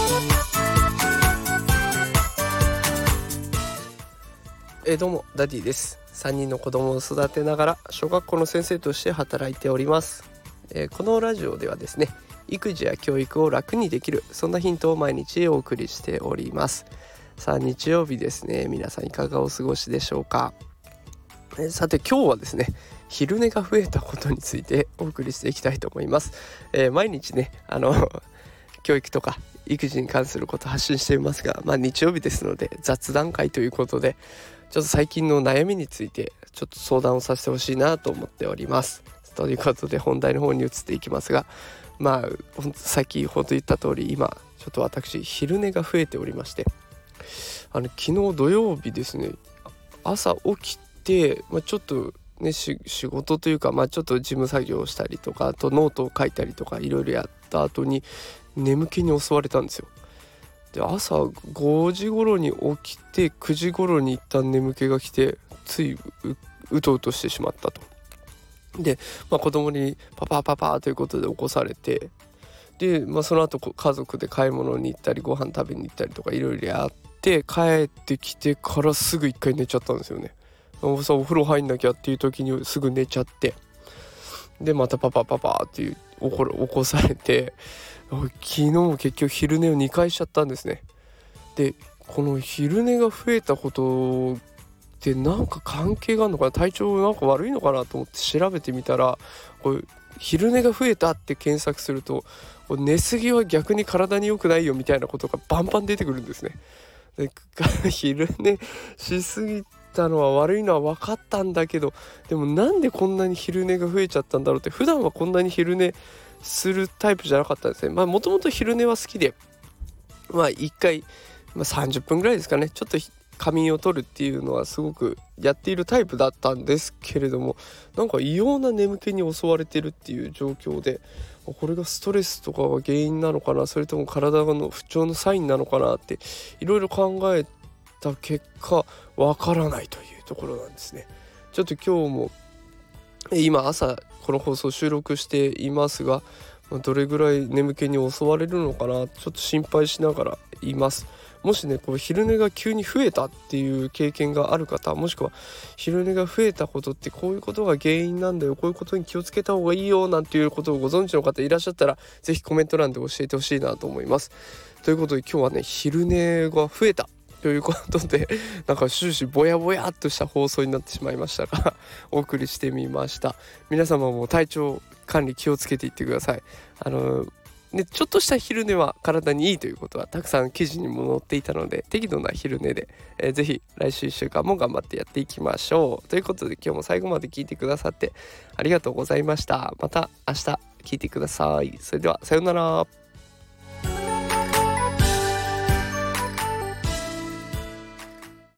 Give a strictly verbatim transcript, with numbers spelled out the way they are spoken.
えー、どうもダディです。さんにんの子供を育てながら小学校の先生として働いております。えー、このラジオではですね、育児や教育を楽にできる、そんなヒントを毎日お送りしております。さあ日曜日ですね、皆さんいかがお過ごしでしょうか。えー、さて今日はですね、昼寝が増えたことについてお送りしていきたいと思います。えー、毎日ねあの教育とか育児に関することを発信していますが、まあ日曜日ですので雑談会ということで、ちょっと最近の悩みについてちょっと相談をさせてほしいなと思っております。ということで本題の方に移っていきますが、まあ先ほど言った通り、今ちょっと私昼寝が増えておりまして、あの昨日土曜日ですね、朝起きて、まあ、ちょっとね仕事というか、まあちょっと事務作業をしたりとか、あとノートを書いたりとかいろいろやった後に眠気に襲われたんですよ。で朝ごじ頃に起きてくじ頃に一旦眠気が来て、ついう、うとうとしてしまったと。で、まあ、子供にパパパパということで起こされて、で、まあ、その後家族で買い物に行ったりご飯食べに行ったりとかいろいろやって帰ってきてからすぐ一回寝ちゃったんですよね。お風呂入んなきゃっていう時にすぐ寝ちゃって、でまたパパパパっていう起こ、起こされて、昨日も結局昼寝をにかいしちゃったんですね。でこの昼寝が増えたことってなんか関係があるのかな、体調なんか悪いのかなと思って調べてみたら、これ昼寝が増えたって検索すると、寝すぎは逆に体に良くないよみたいなことがバンバン出てくるんですね。で昼寝しすぎたのは悪いのは分かったんだけど、でもなんでこんなに昼寝が増えちゃったんだろうって、普段はこんなに昼寝するタイプじゃなかったんですね。まあもともと昼寝は好きで、まあいっかい、まあ、さんじゅっぷんぐらいですかね、ちょっと仮眠を取るっていうのはすごくやっているタイプだったんですけれども、なんか異様な眠気に襲われてるっていう状況で、これがストレスとかが原因なのかな、それとも体の不調のサインなのかなっていろいろ考えた結果わからないというところなんですね。ちょっと今日も今朝この放送収録していますが、どれぐらい眠気に襲われるのかな、ちょっと心配しながらいます。もしねこう昼寝が急に増えたっていう経験がある方、もしくは昼寝が増えたことってこういうことが原因なんだよ、こういうことに気をつけた方がいいよなんていうことをご存知の方いらっしゃったら、ぜひコメント欄で教えてほしいなと思います。ということで今日はね、昼寝が増えたということで、なんか終始ぼやぼやっとした放送になってしまいましたがお送りしてみました。皆様も体調管理気をつけていってください。あのね、ちょっとした昼寝は体にいいということはたくさん記事にも載っていたので、適度な昼寝で、えー、ぜひ来週いっしゅうかんも頑張ってやっていきましょう。ということで今日も最後まで聞いてくださってありがとうございました。また明日聞いてください。それではさようなら。